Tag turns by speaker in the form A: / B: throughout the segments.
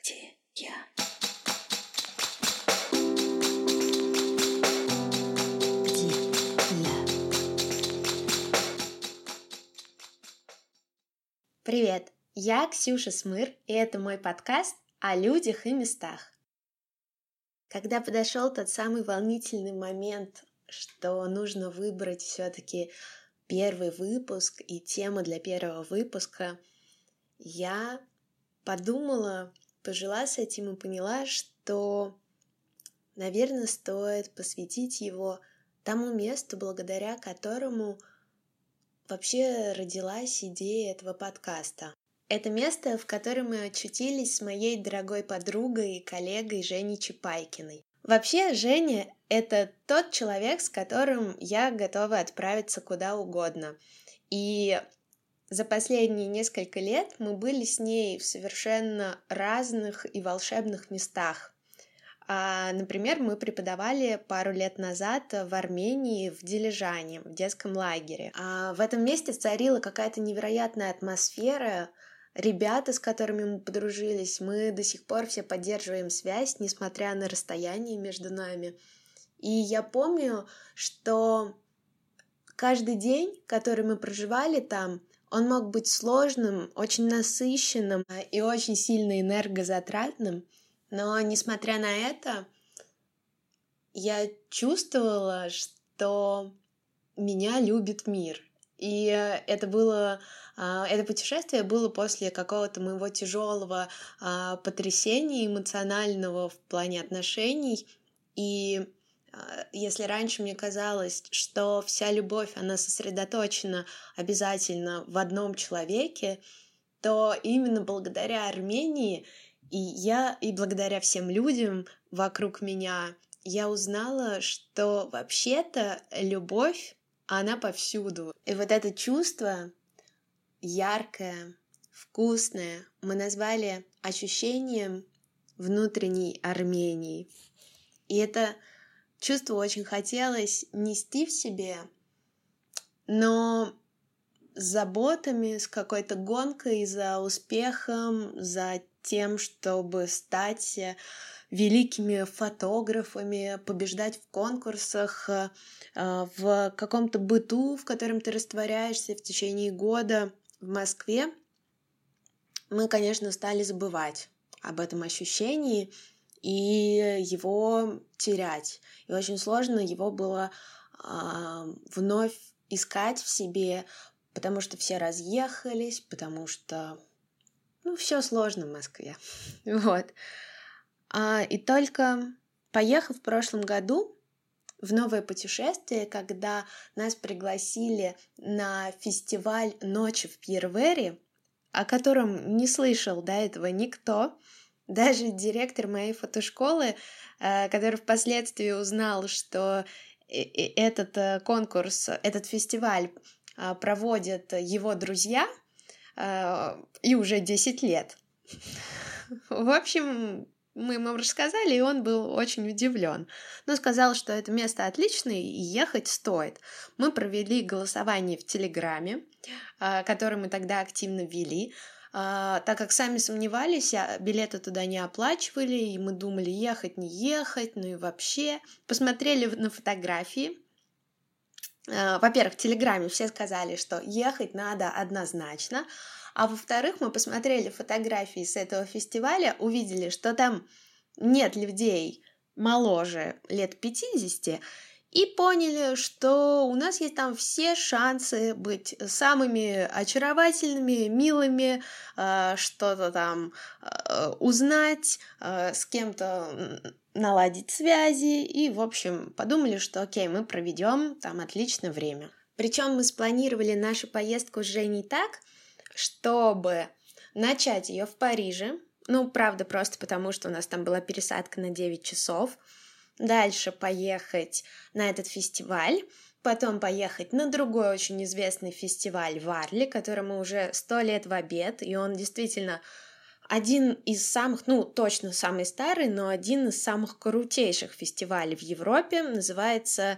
A: где я? Где я?
B: Привет, я Ксюша Смыр, и это мой подкаст о людях и местах. Когда подошел тот самый волнительный момент, что нужно выбрать все-таки первый выпуск и тему для первого выпуска, я подумала, пожила с этим и поняла, что, наверное, стоит посвятить его тому месту, благодаря которому вообще родилась идея этого подкаста. Это место, в котором мы очутились с моей дорогой подругой и коллегой Женей Чепайкиной. Вообще, Женя — это тот человек, с которым я готова отправиться куда угодно. И за последние несколько лет мы были с ней в совершенно разных и волшебных местах. Например, мы преподавали пару лет назад в Армении в Дилижане, в детском лагере. В этом месте царила какая-то невероятная атмосфера. Ребята, с которыми мы подружились, мы до сих пор все поддерживаем связь, несмотря на расстояние между нами. И я помню, что каждый день, который мы проживали там, он мог быть сложным, очень насыщенным и очень сильно энергозатратным. Но, несмотря на это, я чувствовала, что меня любит мир. И это путешествие было после какого-то моего тяжелого потрясения эмоционального в плане отношений. И если раньше мне казалось, что вся любовь, она сосредоточена обязательно в одном человеке, то именно благодаря Армении и благодаря всем людям вокруг меня я узнала, что вообще-то любовь, она повсюду. И вот это чувство яркое, вкусное мы назвали ощущением внутренней Армении. И это чувство очень хотелось нести в себе, но с заботами, с какой-то гонкой за успехом, за тем, чтобы стать великими фотографами, побеждать в конкурсах, в каком-то быту, в котором ты растворяешься в течение года в Москве, мы, конечно, стали забывать об этом ощущении и его терять. И очень сложно его было вновь искать в себе, потому что все разъехались, потому что все сложно в Москве. Вот. И только поехав в прошлом году в новое путешествие, когда нас пригласили на фестиваль «Ночи в Пьервере», о котором не слышал до этого никто, даже директор моей фотошколы, который впоследствии узнал, что этот конкурс, этот фестиваль проводят его друзья, и уже 10 лет. В общем, мы ему рассказали, и он был очень удивлен. Но сказал, что это место отличное, и ехать стоит. Мы провели голосование в Телеграме, которое мы тогда активно вели. Так как сами сомневались, билеты туда не оплачивали, и мы думали, ехать, не ехать, ну и вообще. Посмотрели на фотографии. Во-первых, в Телеграме все сказали, что ехать надо однозначно, а во-вторых, мы посмотрели фотографии с этого фестиваля, увидели, что там нет людей моложе лет 50, и поняли, что у нас есть там все шансы быть самыми очаровательными, милыми, что-то там узнать, с кем-то наладить связи, и, в общем, подумали, что окей, мы проведем там отличное время. Причем мы спланировали нашу поездку с Женей так, чтобы начать ее в Париже, правда, просто потому, что у нас там была пересадка на 9 часов, дальше поехать на этот фестиваль, потом поехать на другой очень известный фестиваль в Арле, которому уже 100 лет в обед, и он действительно один из самых, точно самый старый, но один из самых крутейших фестивалей в Европе, называется,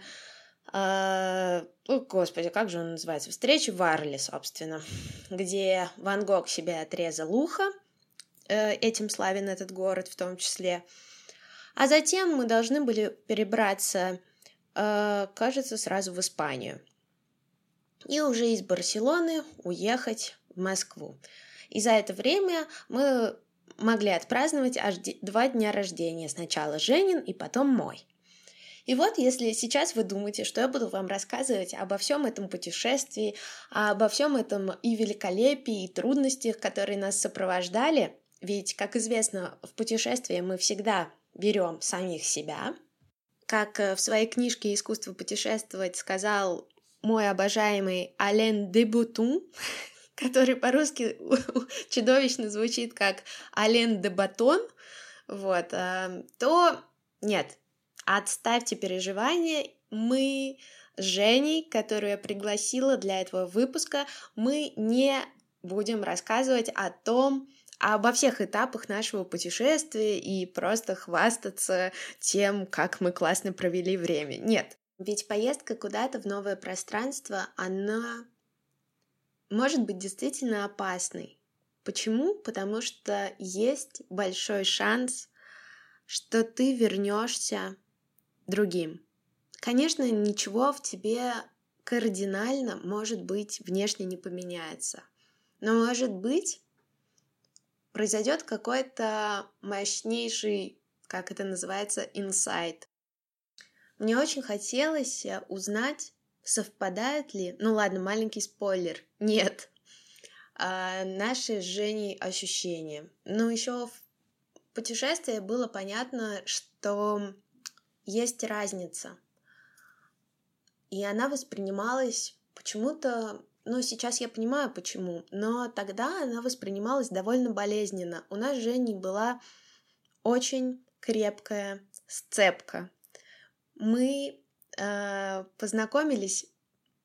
B: господи, как же он называется? «Встреча в Арле», собственно, где Ван Гог себе отрезал ухо, этим славен этот город в том числе. А затем мы должны были перебраться, кажется, сразу в Испанию. И уже из Барселоны уехать в Москву. И за это время мы могли отпраздновать аж 2 дня рождения. Сначала Женин и потом мой. И вот, если сейчас вы думаете, что я буду вам рассказывать обо всем этом путешествии, обо всем этом и великолепии, и трудностях, которые нас сопровождали, ведь, как известно, в путешествии мы всегда берем самих себя. Как в своей книжке «Искусство путешествовать» сказал мой обожаемый Ален де Бутун, который по-русски чудовищно звучит как Ален де Батон, вот, то нет, отставьте переживания, мы с Женей, которую я пригласила для этого выпуска, мы не будем рассказывать обо всех этапах нашего путешествия и просто хвастаться тем, как мы классно провели время. Нет, ведь поездка куда-то в новое пространство, она может быть действительно опасной. Почему? Потому что есть большой шанс, что ты вернешься другим. Конечно, ничего в тебе кардинально, может быть, внешне не поменяется. Но, может быть, произойдет какой-то мощнейший, как это называется, инсайт. Мне очень хотелось узнать, совпадают ли, ну ладно, маленький спойлер, нет, наши с Женей ощущения. Но еще в путешествии было понятно, что есть разница. И она воспринималась почему-то, сейчас я понимаю почему, но тогда она воспринималась довольно болезненно. У нас с Женей была очень крепкая сцепка. Мы познакомились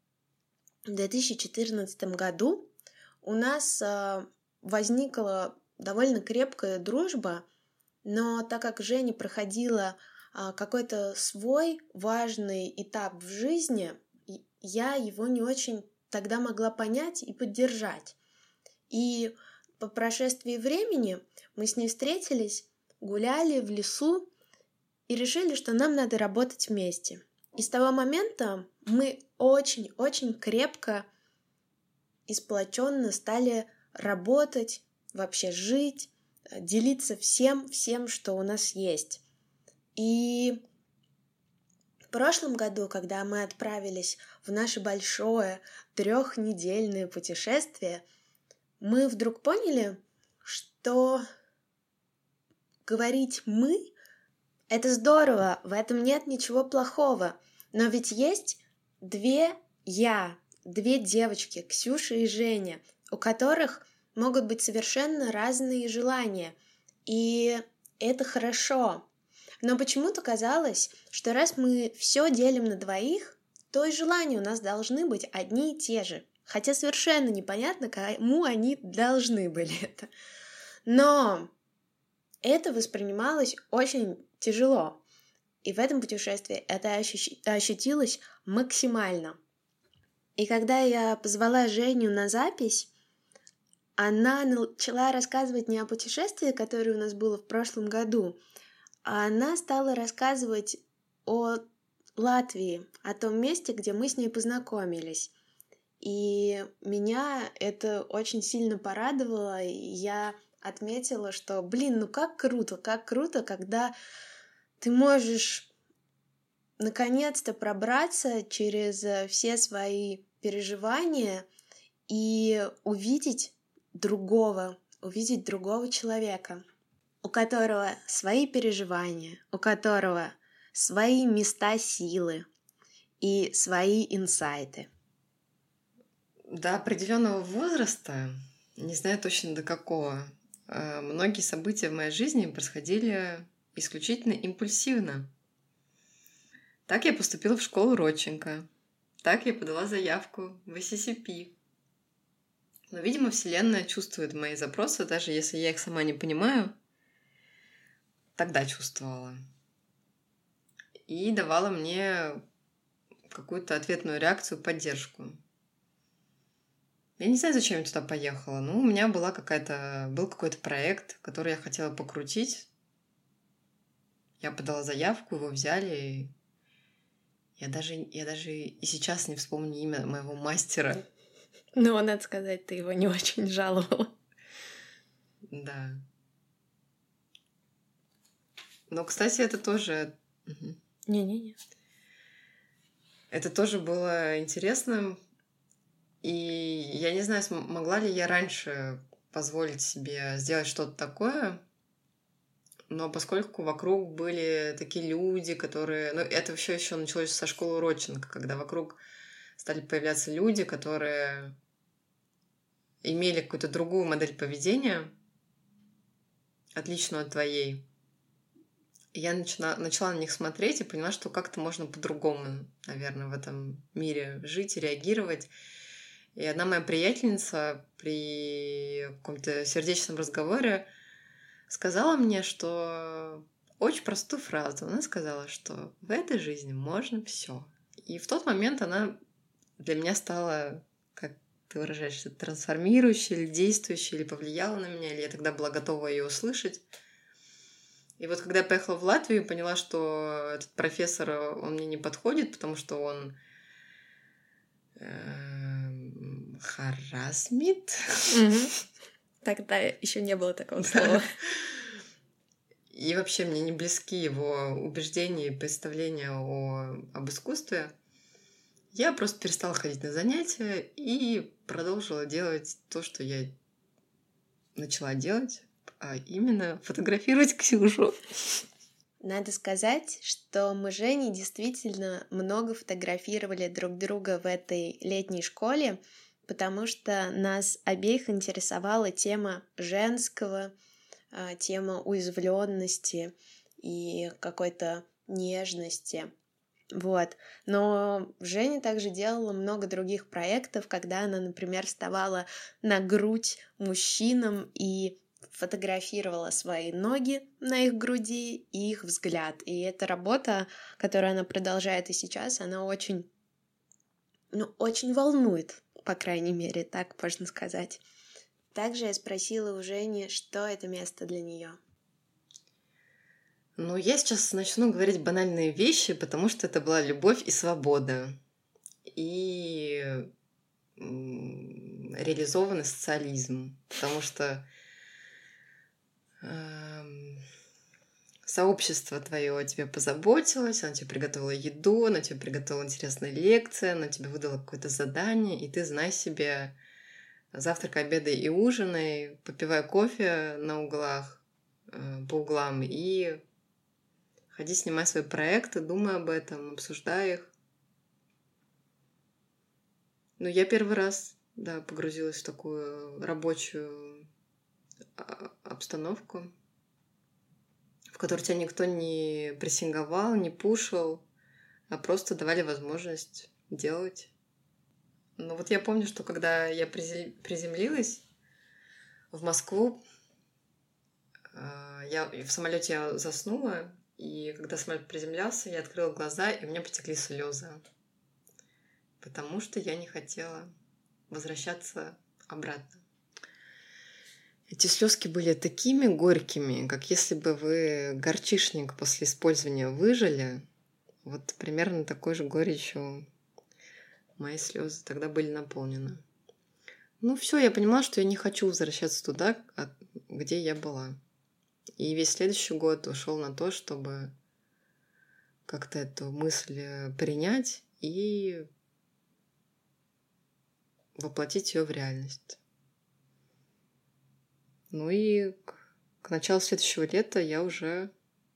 B: в 2014 году. У нас возникла довольно крепкая дружба, но так как Женя проходила какой-то свой важный этап в жизни, я его не очень тогда могла понять и поддержать. И по прошествии времени мы с ней встретились, гуляли в лесу и решили, что нам надо работать вместе. И с того момента мы очень-очень крепко и сплоченно стали работать, вообще жить, делиться всем, что у нас есть. И в прошлом году, когда мы отправились в наше большое 3-недельное путешествие, мы вдруг поняли, что говорить «мы» — это здорово, в этом нет ничего плохого, но ведь есть 2 девочки, Ксюша и Женя, у которых могут быть совершенно разные желания, и это хорошо. Но почему-то казалось, что раз мы все делим на 2, то и желания у нас должны быть одни и те же. Хотя совершенно непонятно, кому они должны были это. Но это воспринималось очень тяжело. И в этом путешествии это ощутилось максимально. И когда я позвала Женю на запись, она начала рассказывать не о путешествии, которое у нас было в прошлом году, она стала рассказывать о Латвии, о том месте, где мы с ней познакомились. И меня это очень сильно порадовало, и я отметила, что, как круто, когда ты можешь наконец-то пробраться через все свои переживания и увидеть другого человека, у которого свои переживания, у которого свои места силы и свои инсайты.
C: До определенного возраста, не знаю точно до какого, многие события в моей жизни происходили исключительно импульсивно. Так я поступила в школу Родченко, так я подала заявку в SCCP. Но, видимо, Вселенная чувствует мои запросы, даже если я их сама не понимаю. Тогда чувствовала. И давала мне какую-то ответную реакцию, поддержку. Я не знаю, зачем я туда поехала. Ну, у меня был какой-то проект, который я хотела покрутить. Я подала заявку, его взяли. И я даже и сейчас не вспомню имя моего мастера.
B: Ну, надо сказать, ты его не очень жаловала.
C: Да. Но, кстати, это тоже...
B: Не-не-не.
C: Это тоже было интересно. И я не знаю, могла ли я раньше позволить себе сделать что-то такое, но поскольку вокруг были такие люди, которые... Ну, это все еще началось со школы Родченко, когда вокруг стали появляться люди, которые имели какую-то другую модель поведения, отличную от твоей. И я начала на них смотреть и поняла, что как-то можно по-другому, наверное, в этом мире жить и реагировать. И одна моя приятельница при каком-то сердечном разговоре сказала мне, что очень простую фразу. Она сказала, что в этой жизни можно все. И в тот момент она для меня стала, как ты выражаешься, трансформирующей или действующей, или повлияла на меня, или я тогда была готова ее услышать. И вот когда я поехала в Латвию, поняла, что этот профессор, он мне не подходит, потому что он харассмит.
B: Тогда еще не было такого слова.
C: И вообще мне не близки его убеждения и представления об искусстве. Я просто перестала ходить на занятия и продолжила делать то, что я начала делать, а именно фотографировать Ксюшу.
B: Надо сказать, что мы с Женей действительно много фотографировали друг друга в этой летней школе, потому что нас обеих интересовала тема женского, тема уязвленности и какой-то нежности. Вот. Но Женя также делала много других проектов, когда она, например, вставала на грудь мужчинам и фотографировала свои ноги на их груди и их взгляд. И эта работа, которую она продолжает и сейчас, она очень волнует, по крайней мере, так можно сказать. Также я спросила у Жени, что это место для нее.
C: Ну, я сейчас начну говорить банальные вещи, потому что это была любовь и свобода. И реализованный социализм. Потому что сообщество твое о тебе позаботилось, оно тебе приготовило еду, оно тебе приготовило интересные лекции, оно тебе выдало какое-то задание, и ты, знай себе, завтракай, обедай и ужинай, попивай кофе на углах, по углам, и ходи, снимай свои проекты, думай об этом, обсуждай их. Ну, я первый раз, да, погрузилась в такую рабочую обстановку, в которой тебя никто не прессинговал, не пушил, а просто давали возможность делать. Ну вот я помню, что когда я приземлилась в Москву, я в самолете заснула, и когда самолет приземлялся, я открыла глаза, и у меня потекли слезы, потому что я не хотела возвращаться обратно. Эти слезки были такими горькими, как если бы вы горчишник после использования выжили. Вот примерно такой же горечью мои слезы тогда были наполнены. Ну все, я понимала, что я не хочу возвращаться туда, где я была. И весь следующий год ушел на то, чтобы как-то эту мысль принять и воплотить ее в реальность. Ну и к началу следующего лета я уже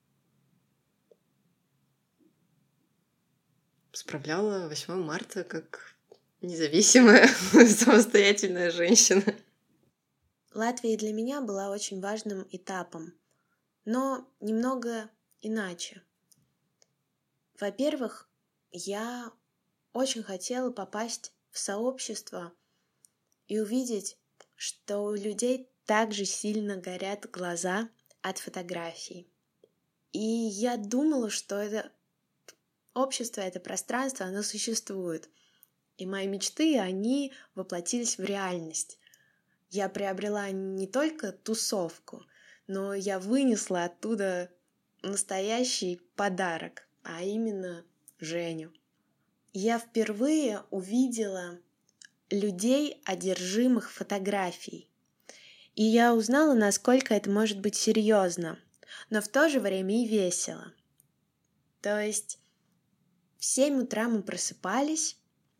C: справляла 8 марта как независимая, самостоятельная женщина.
B: Латвия для меня была очень важным этапом, но немного иначе. Во-первых, я очень хотела попасть в сообщество и увидеть, что у людей также сильно горят глаза от фотографий. И я думала, что это общество, это пространство, оно существует. И мои мечты, они воплотились в реальность. Я приобрела не только тусовку, но я вынесла оттуда настоящий подарок, а именно Женю. Я впервые увидела людей, одержимых фотографией. И я узнала, насколько это может быть серьезно, но в то же время и весело. То есть в 7 утра мы просыпались,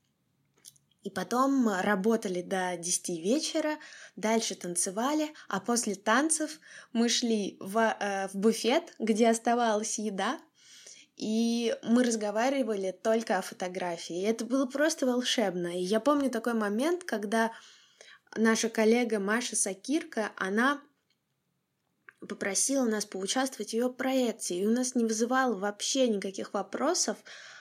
B: и потом работали до 10 вечера, дальше танцевали, а после танцев мы шли в буфет, где оставалась еда, и мы разговаривали только о фотографии. И это было просто волшебно. И я помню такой момент, когда наша коллега Маша Сакирка, она попросила нас поучаствовать в ее проекте, и у нас не вызывало вообще никаких вопросов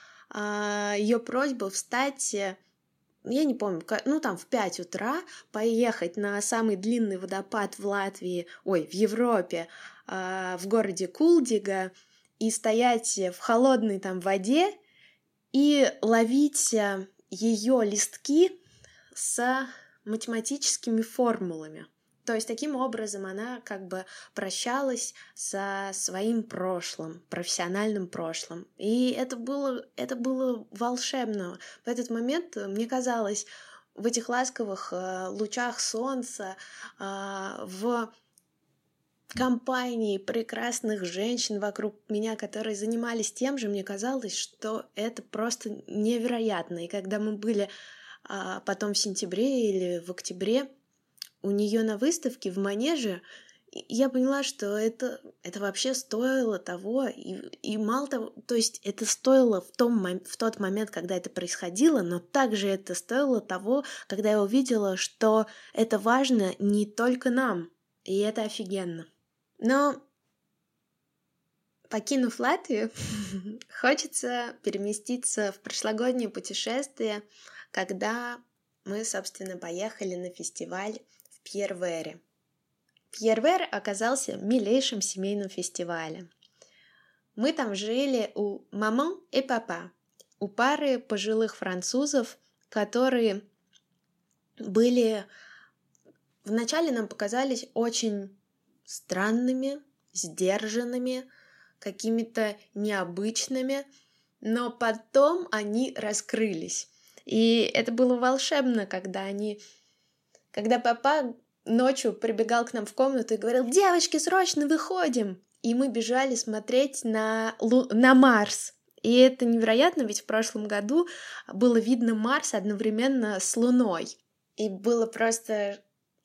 B: ее просьба встать, я не помню, в 5 утра поехать на самый длинный водопад в Латвии, в Европе, в городе Кулдига, и стоять в холодной там воде и ловить ее листки с математическими формулами. То есть таким образом она как бы прощалась со своим прошлым, профессиональным прошлым. И это было волшебно. В этот момент мне казалось, в этих ласковых лучах солнца, в компании прекрасных женщин вокруг меня, которые занимались тем же, мне казалось, что это просто невероятно. И когда мы были потом в сентябре или в октябре у нее на выставке в Манеже, я поняла, что это вообще стоило того, и мало того, то есть это стоило в тот момент, когда это происходило, но также это стоило того, когда я увидела, что это важно не только нам, и это офигенно. Но, покинув Латвию, хочется переместиться в прошлогоднее путешествие, когда мы, собственно, поехали на фестиваль в Пьер-Вере. Пьер-Вер оказался милейшим семейным фестивалем. Мы там жили у маман и папа, у пары пожилых французов, которые были... Вначале нам показались очень странными, сдержанными, какими-то необычными, но потом они раскрылись. И это было волшебно, когда папа ночью прибегал к нам в комнату и говорил: «Девочки, срочно выходим!» И мы бежали смотреть на Марс. И это невероятно, ведь в прошлом году было видно Марс одновременно с Луной. И было просто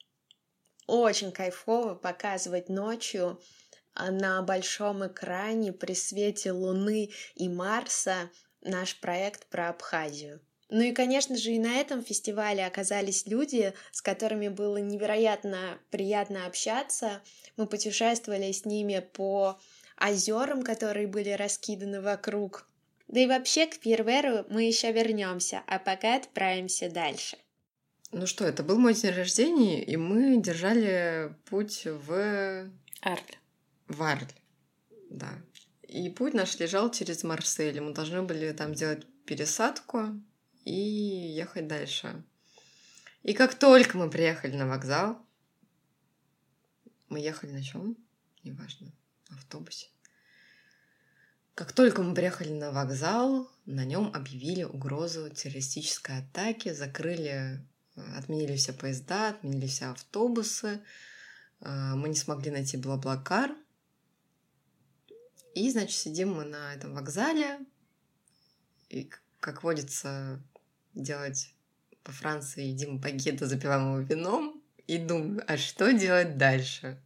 B: очень кайфово показывать ночью на большом экране при свете Луны и Марса наш проект про Абхазию. Ну и, конечно же, и на этом фестивале оказались люди, с которыми было невероятно приятно общаться. Мы путешествовали с ними по озерам, которые были раскиданы вокруг. Да и вообще к Пьер-Веру мы еще вернемся, а пока отправимся дальше.
C: Ну что, это был мой день рождения, и мы держали путь в Арль, да. И путь наш лежал через Марсель. Мы должны были там сделать пересадку и ехать дальше. И как только мы приехали на вокзал, мы ехали на чем? Неважно, на автобусе. Как только мы приехали на вокзал, на нем объявили угрозу террористической атаки, отменили все поезда, отменили все автобусы. Мы не смогли найти Блаблакар. И, значит, сидим мы на этом вокзале. И, как водится, делать по Франции, едим багеты, запиваем его вином. И думаю, а что делать дальше?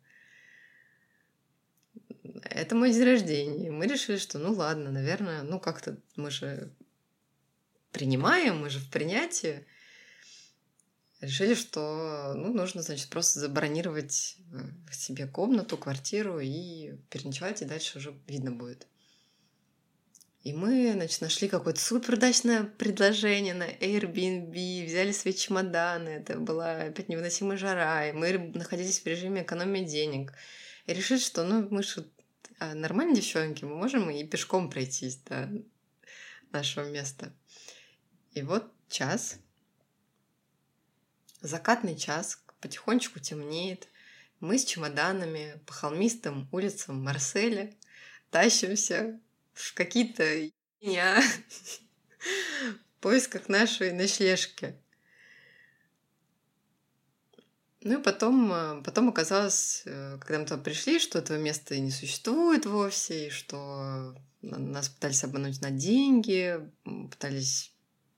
C: Это мой день рождения. Мы решили, что ладно, наверное, как-то мы же принимаем, мы же в принятии. Решили, что нужно, значит, просто забронировать себе комнату, квартиру и переночевать, и дальше уже видно будет. И мы, значит, нашли какое-то суперудачное предложение на Airbnb, взяли свои чемоданы, это была опять невыносимая жара, и мы находились в режиме экономии денег. И решили, что мы же нормальные девчонки, мы можем и пешком пройтись до нашего места. И вот час Закатный час, потихонечку темнеет. Мы с чемоданами по холмистым улицам Марселя тащимся в какие-то дня в поисках нашей ночлежки. Ну и потом оказалось, когда мы туда пришли, что этого места и не существует вовсе, и что нас пытались обмануть на деньги, пытались,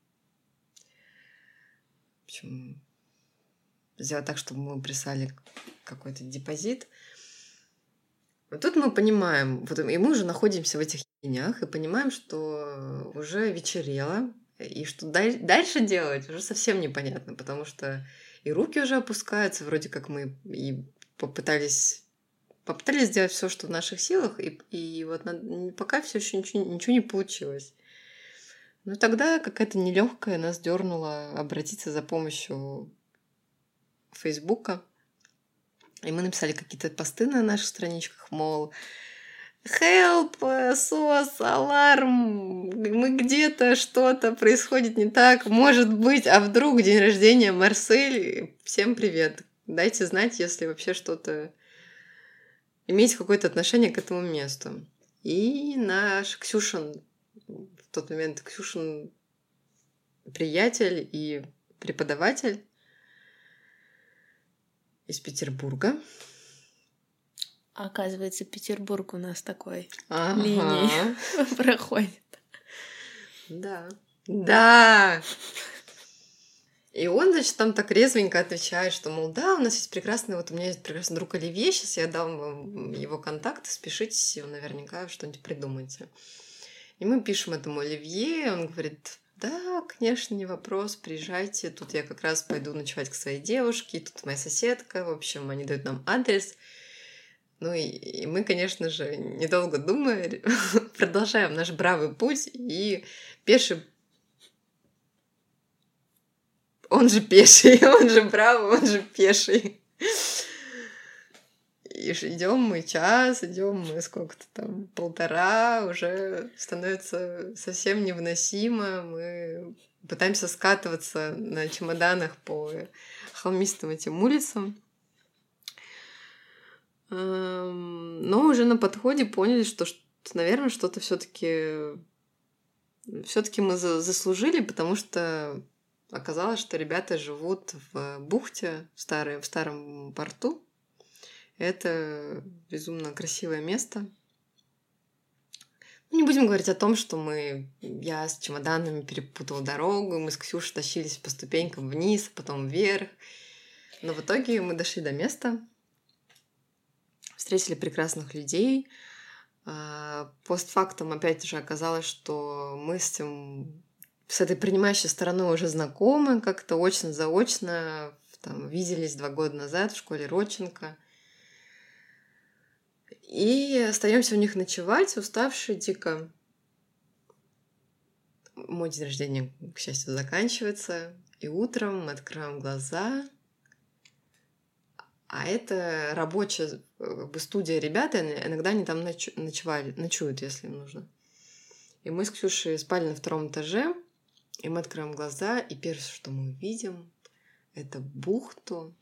C: в общем, сделать так, чтобы мы прислали какой-то депозит. Вот тут мы понимаем, и мы уже находимся в этих днях, и понимаем, что уже вечерело, и что дальше делать уже совсем непонятно, потому что и руки уже опускаются, вроде как мы и попытались сделать все, что в наших силах, и вот пока все еще ничего не получилось. Но тогда какая-то нелегкая нас дернула обратиться за помощью Фейсбука. И мы написали какие-то посты на наших страничках, мол, help, SOS, аларм, мы где-то, что-то происходит не так, может быть, а вдруг день рождения Марсель, всем привет, дайте знать, если вообще что-то имеете какое-то отношение к этому месту. И наш Ксюшин, в тот момент Ксюшин приятель и преподаватель из Петербурга.
B: Оказывается, Петербург у нас такой
C: Ага.
B: линией проходит.
C: Да. Да! И он, значит, там так резвенько отвечает, что, мол, да, у нас есть прекрасный, вот у меня есть прекрасный друг Оливье, сейчас я дам вам его контакты, спешитесь, и наверняка что-нибудь придумаете. И мы пишем этому Оливье, он говорит, да, конечно, не вопрос, приезжайте, тут я как раз пойду ночевать к своей девушке, тут моя соседка, в общем, они дают нам адрес. Ну и мы, конечно же, недолго думая, продолжаем наш бравый путь, и пеший, он же пеший, он же бравый, он же пеший. И идем мы час, идем мы сколько-то там, полтора, уже становится совсем невыносимо. Мы пытаемся скатываться на чемоданах по холмистым этим улицам. Но уже на подходе поняли, что, наверное, что-то все-таки мы заслужили, потому что оказалось, что ребята живут в бухте, в старом порту. Это безумно красивое место. Не будем говорить о том, что я с чемоданами перепутала дорогу, мы с Ксюшей тащились по ступенькам вниз, потом вверх. Но в итоге мы дошли до места, встретили прекрасных людей. Постфактум опять же оказалось, что мы с этой принимающей стороной уже знакомы, как-то очно-заочно, там, виделись 2 года назад в школе Родченко. И остаемся у них ночевать, уставшие дико. Мой день рождения, к счастью, заканчивается. И утром мы открываем глаза. А это рабочая студия ребята. Иногда они там ночуют, если им нужно. И мы с Ксюшей спали на 2-м этаже. И мы открываем глаза. И первое, что мы увидим, это бухту.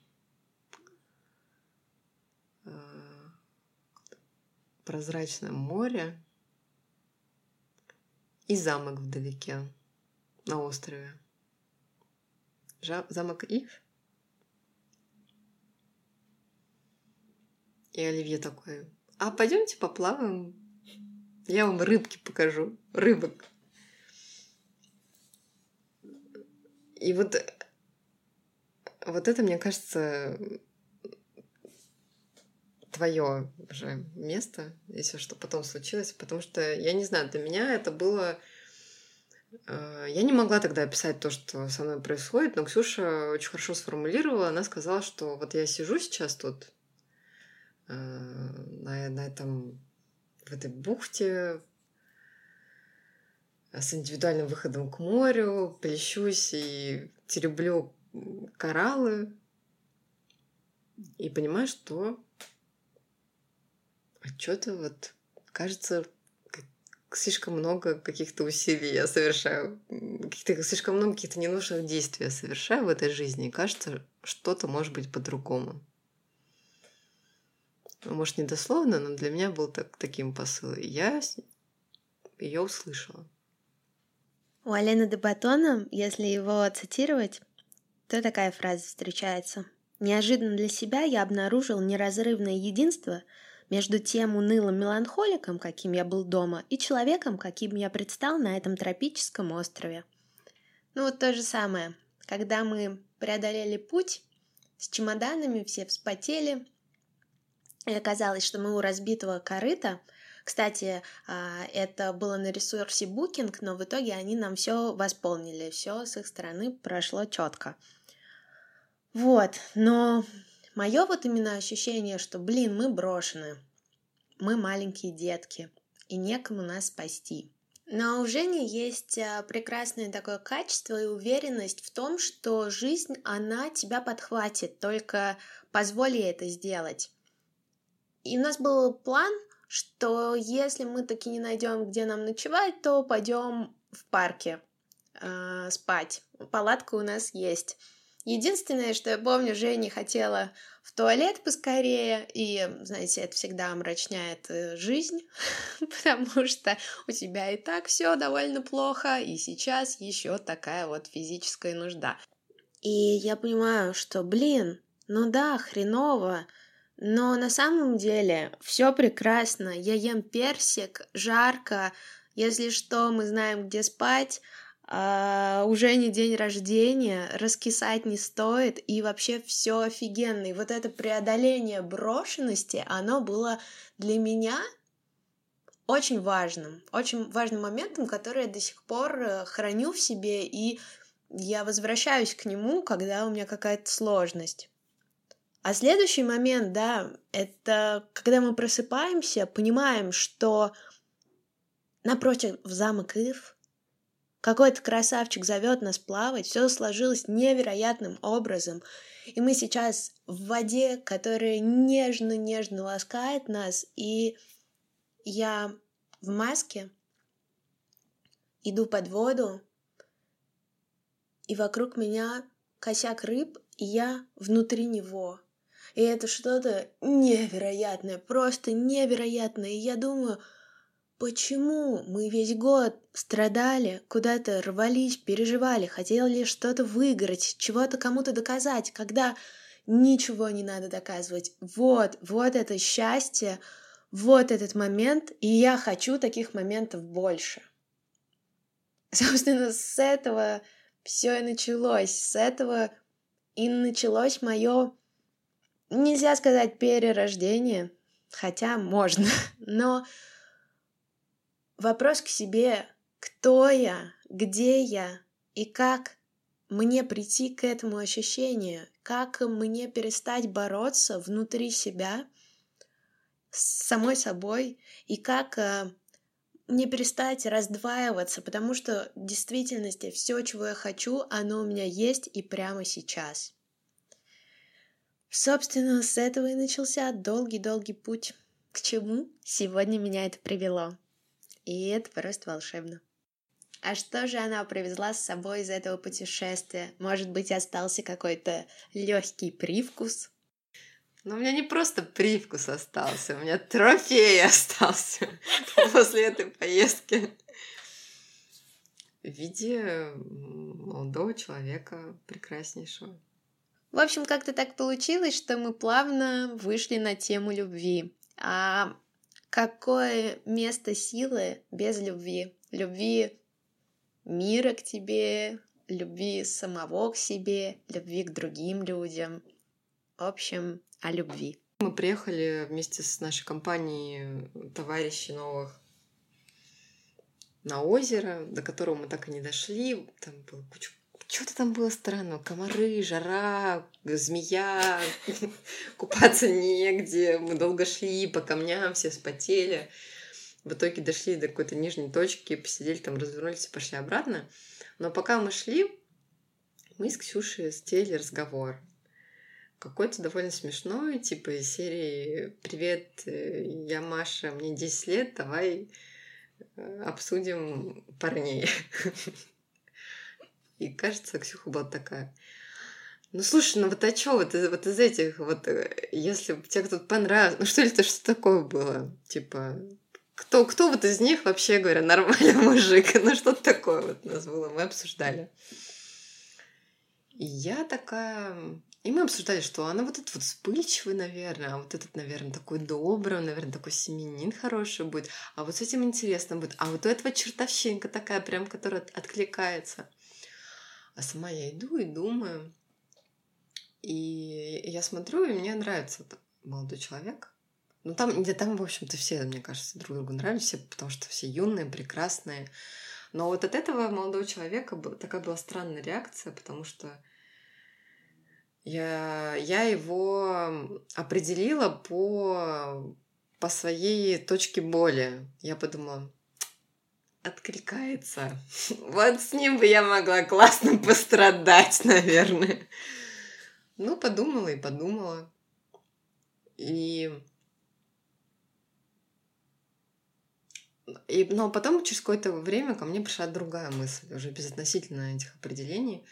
C: Прозрачное море и замок вдалеке на острове. Замок Ив. И Оливье такой, а пойдемте поплаваем, я вам рыбки покажу, рыбок. И вот это, мне кажется, твое же место, если что потом случилось, потому что, я не знаю, для меня это было... Я не могла тогда описать то, что со мной происходит, но Ксюша очень хорошо сформулировала, она сказала, что вот я сижу сейчас тут в этой бухте с индивидуальным выходом к морю, плещусь и тереблю кораллы и понимаю, что что-то вот кажется, слишком много каких-то усилий я совершаю, слишком много каких-то ненужных действий я совершаю в этой жизни, и кажется, что-то может быть по-другому. Может, не дословно, но для меня был таким посыл. И я ее услышала.
B: У Алены де Батона, если его цитировать, то такая фраза встречается. «Неожиданно для себя я обнаружил неразрывное единство между тем унылым меланхоликом, каким я был дома, и человеком, каким я предстал на этом тропическом острове». Ну вот то же самое. Когда мы преодолели путь с чемоданами, все вспотели, и оказалось, что мы у разбитого корыта. Кстати, это было на ресурсе Booking, но в итоге они нам все восполнили, все с их стороны прошло четко. Вот, но мое вот именно ощущение, что, мы брошены, мы маленькие детки, и некому нас спасти. Но у Жени есть прекрасное такое качество и уверенность в том, что жизнь, она тебя подхватит, только позволь ей это сделать. И у нас был план, что если мы таки не найдем, где нам ночевать, то пойдем в парке спать. Палатка у нас есть. Единственное, что я помню, Женя хотела в туалет поскорее, и, знаете, это всегда омрачняет жизнь, потому что у тебя и так все довольно плохо, и сейчас еще такая вот физическая нужда. И я понимаю, что, ну да, хреново, но на самом деле все прекрасно. Я ем персик, жарко. Если что, мы знаем, где спать. Уже не день рождения, раскисать не стоит, и вообще все офигенно. И вот это преодоление брошенности, оно было для меня очень важным моментом, который я до сих пор храню в себе, и я возвращаюсь к нему, когда у меня какая-то сложность. А следующий момент, да, это когда мы просыпаемся, понимаем, что напротив замок Ив, какой-то красавчик зовет нас плавать, все сложилось невероятным образом, и мы сейчас в воде, которая нежно-нежно ласкает нас, и я в маске иду под воду, и вокруг меня косяк рыб, и я внутри него. И это что-то невероятное, просто невероятное. И я думаю, почему мы весь год страдали, куда-то рвались, переживали, хотели что-то выиграть, чего-то кому-то доказать, когда ничего не надо доказывать. Вот это счастье, вот этот момент, и я хочу таких моментов больше. Собственно, с этого все и началось. С этого и началось мое, нельзя сказать, перерождение, хотя можно, но вопрос к себе, кто я, где я и как мне прийти к этому ощущению, как мне перестать бороться внутри себя с самой собой и как не перестать раздваиваться, потому что в действительности все, чего я хочу, оно у меня есть и прямо сейчас. Собственно, с этого и начался долгий-долгий путь. К чему сегодня меня это привело. И это просто волшебно. А что же она привезла с собой из этого путешествия? Может быть, остался какой-то легкий привкус?
C: Но у меня не просто привкус остался, у меня трофей остался после этой поездки. В виде молодого человека, прекраснейшего.
B: В общем, как-то так получилось, что мы плавно вышли на тему любви. А какое место силы без любви? Любви мира к тебе, любви самого к себе, любви к другим людям. В общем, о любви.
C: Мы приехали вместе с нашей компанией товарищей новых на озеро, до которого мы так и не дошли. Там было куча... Что-то там было странного. Комары, жара, змея. Купаться негде. Мы долго шли по камням, все вспотели. В итоге дошли до какой-то нижней точки, посидели там, развернулись и пошли обратно. Но пока мы шли, мы с Ксюшей затеяли разговор. Какой-то довольно смешной, типа из серии «Привет, я Маша, мне 10 лет, давай обсудим парней. И кажется, Ксюха была такая: ну слушай, ну вот а чё, вот из этих, вот если бы тебе кто-то понравился, ну что ли это что такое было? Типа, кто вот из них вообще, говоря, нормальный мужик? Ну что-то такое вот у нас было, мы обсуждали. И я такая... И мы обсуждали, что она вот этот вот вспыльчивый, наверное, а вот этот, наверное, такой добрый, наверное, такой семьянин хороший будет, а вот с этим интересно будет, а вот у этого чертовщинка такая прям, которая откликается. А сама я иду и думаю, и я смотрю, и мне нравится этот молодой человек. Ну, там, в общем-то, все, мне кажется, друг другу нравились, все, потому что все юные, прекрасные. Но вот от этого молодого человека такая была странная реакция, потому что я его определила по своей точке боли. Я подумала, откликается. Вот с ним бы я могла классно пострадать, наверное. Ну, подумала и подумала. Но потом, через какое-то время, ко мне пришла другая мысль, уже безотносительно этих определений.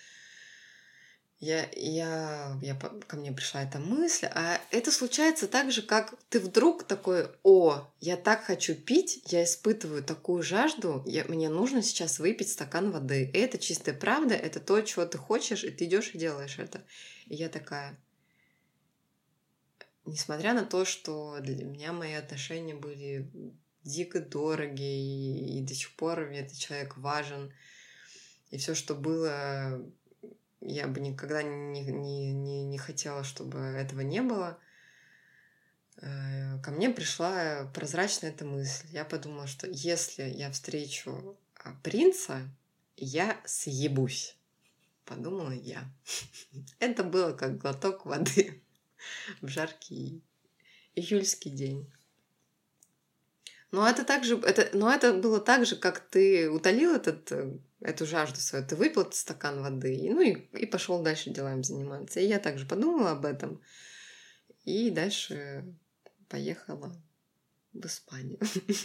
C: Ко мне пришла эта мысль, а это случается так же, как ты вдруг такой: о, я так хочу пить, я испытываю такую жажду, мне нужно сейчас выпить стакан воды. И это чистая правда, это то, чего ты хочешь, и ты идешь и делаешь это. И я такая, несмотря на то, что для меня мои отношения были дико дороги, и до сих пор мне этот человек важен, и все, что было, я бы никогда не хотела, чтобы этого не было. Ко мне пришла прозрачная эта мысль. Я подумала, что если я встречу принца, я съебусь. Подумала я. Это было как глоток воды в жаркий июльский день. Но это было так же, как ты утолил эту жажду свою, ты выпил этот стакан воды, и пошел дальше делами заниматься. И я также подумала об этом, и дальше поехала в Испанию.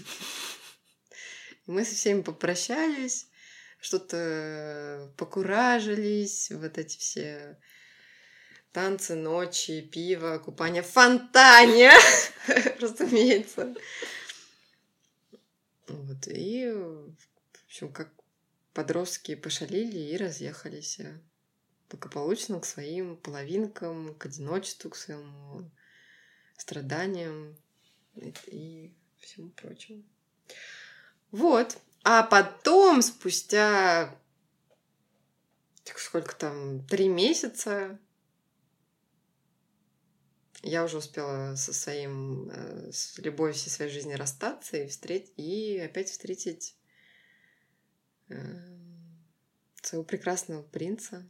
C: Мы со всеми попрощались, что-то покуражились, вот эти все танцы, ночи, пиво, купание в фонтане, разумеется. Вот, и, в общем, как подростки пошалили и разъехались благополучно к своим половинкам, к одиночеству, к своим страданиям и всему прочему. Вот. А потом, спустя 3 месяца, я уже успела с любовью всей своей жизни расстаться и опять встретить своего прекрасного принца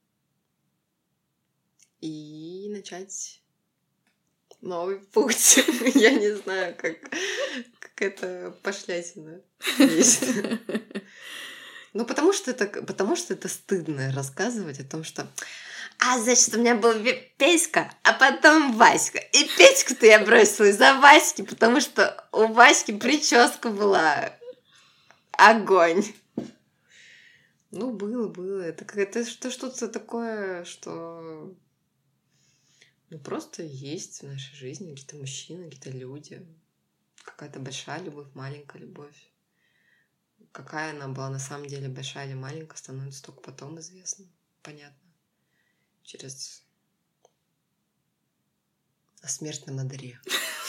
C: и начать новый путь. Я не знаю, как это пошлятина есть. Ну, потому что это стыдно рассказывать о том, что значит, у меня был Петька, а потом Васька. И Петьку-то я бросила из-за Васьки, потому что у Васьки прическа была огонь. Ну, было. Это что-то такое, что просто есть в нашей жизни какие-то мужчины, какие-то люди. Какая-то большая любовь, маленькая любовь. Какая она была на самом деле, большая или маленькая, становится только потом известно. Понятно. О смертном одре.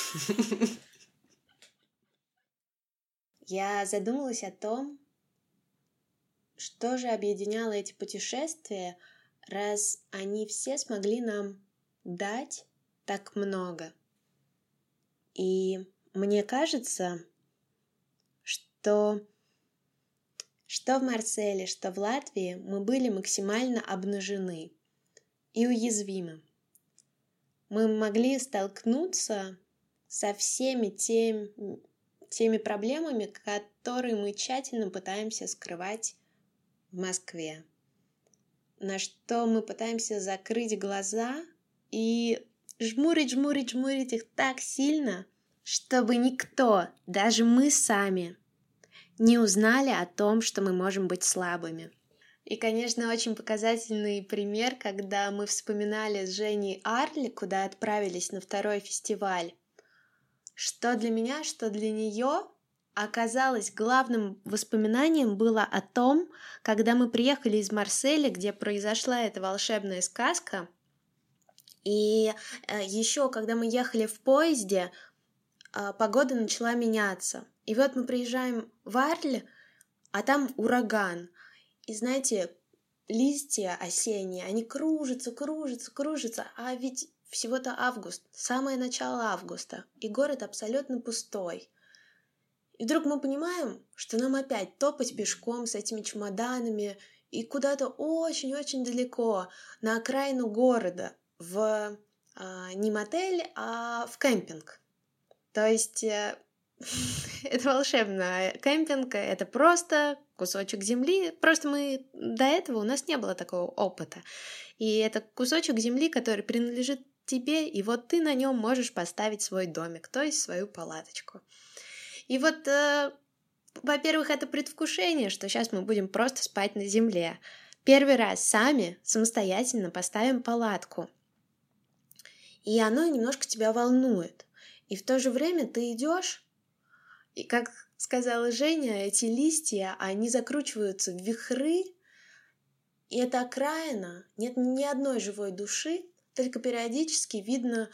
B: Я задумалась о том, что же объединяло эти путешествия, раз они все смогли нам дать так много. И мне кажется, что в Марселе, что в Латвии мы были максимально обнажены и уязвимы. Мы могли столкнуться со всеми теми проблемами, которые мы тщательно пытаемся скрывать в Москве, на что мы пытаемся закрыть глаза и жмурить их так сильно, чтобы никто, даже мы сами, не узнали о том, что мы можем быть слабыми. И, конечно, очень показательный пример, когда мы вспоминали с Женей Арли, куда отправились на второй фестиваль. Что для меня, что для нее оказалось главным воспоминанием было о том, когда мы приехали из Марселя, где произошла эта волшебная сказка. И еще, когда мы ехали в поезде, погода начала меняться. И вот мы приезжаем в Арль, а там ураган. И знаете, листья осенние, они кружатся, а ведь всего-то август, самое начало августа, и город абсолютно пустой. И вдруг мы понимаем, что нам опять топать пешком с этими чемоданами и куда-то очень-очень далеко, на окраину города, в не мотель, а в кемпинг. То есть это волшебно. Кемпинг — это просто кусочек земли. Просто до этого у нас не было такого опыта. И это кусочек земли, который принадлежит тебе, и вот ты на нем можешь поставить свой домик, то есть свою палаточку. И вот, во-первых, это предвкушение, что сейчас мы будем просто спать на земле. Первый раз сами, самостоятельно поставим палатку. И оно немножко тебя волнует. И в то же время ты идешь, и, как сказала Женя, эти листья, они закручиваются в вихры, и это окраина, нет ни одной живой души, только периодически видно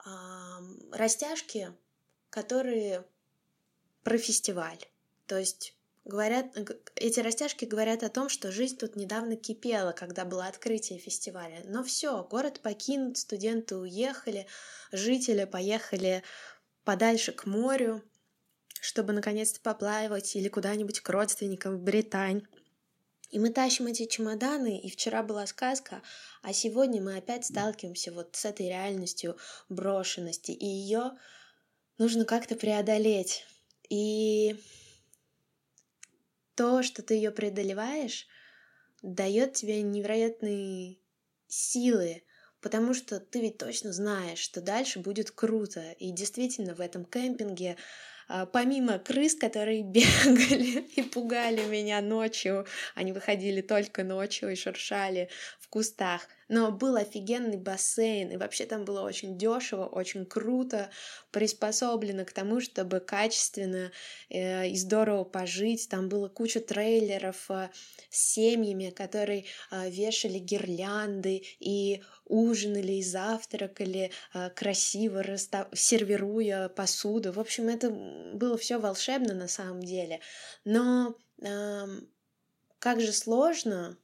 B: растяжки, которые про фестиваль. То есть эти растяжки говорят о том, что жизнь тут недавно кипела, когда было открытие фестиваля. Но все, город покинут, студенты уехали, жители поехали подальше к морю, чтобы наконец-то поплавать или куда-нибудь к родственникам в Британь. И мы тащим эти чемоданы, и вчера была сказка, а сегодня мы опять сталкиваемся вот с этой реальностью брошенности, и ее нужно как-то преодолеть. И то, что ты ее преодолеваешь, дает тебе невероятные силы, потому что ты ведь точно знаешь, что дальше будет круто. И действительно, в этом кемпинге, помимо крыс, которые бегали и пугали меня ночью, они выходили только ночью и шуршали в кустах, но был офигенный бассейн, и вообще там было очень дешево, очень круто, приспособлено к тому, чтобы качественно и здорово пожить. Там было куча трейлеров с семьями, которые вешали гирлянды и ужинали и завтракали красиво, сервируя посуду. В общем, это было все волшебно на самом деле. Но как же сложно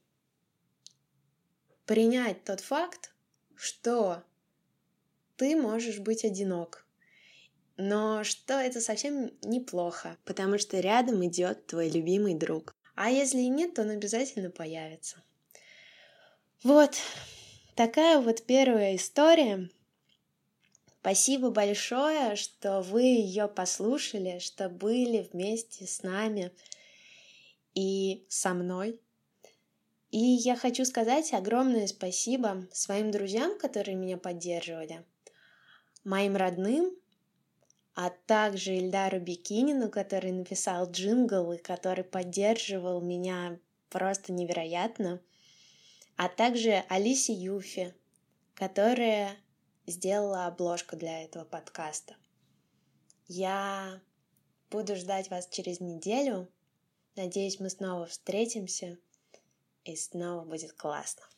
B: принять тот факт, что ты можешь быть одинок. Но что это совсем неплохо, потому что рядом идет твой любимый друг. А если и нет, то он обязательно появится. Вот такая вот первая история. Спасибо большое, что вы ее послушали, что были вместе с нами и со мной. И я хочу сказать огромное спасибо своим друзьям, которые меня поддерживали, моим родным, а также Ильдару Бикинину, который написал джингл и который поддерживал меня просто невероятно, а также Алисе Юфи, которая сделала обложку для этого подкаста. Я буду ждать вас через неделю. Надеюсь, мы снова встретимся, и снова будет классно.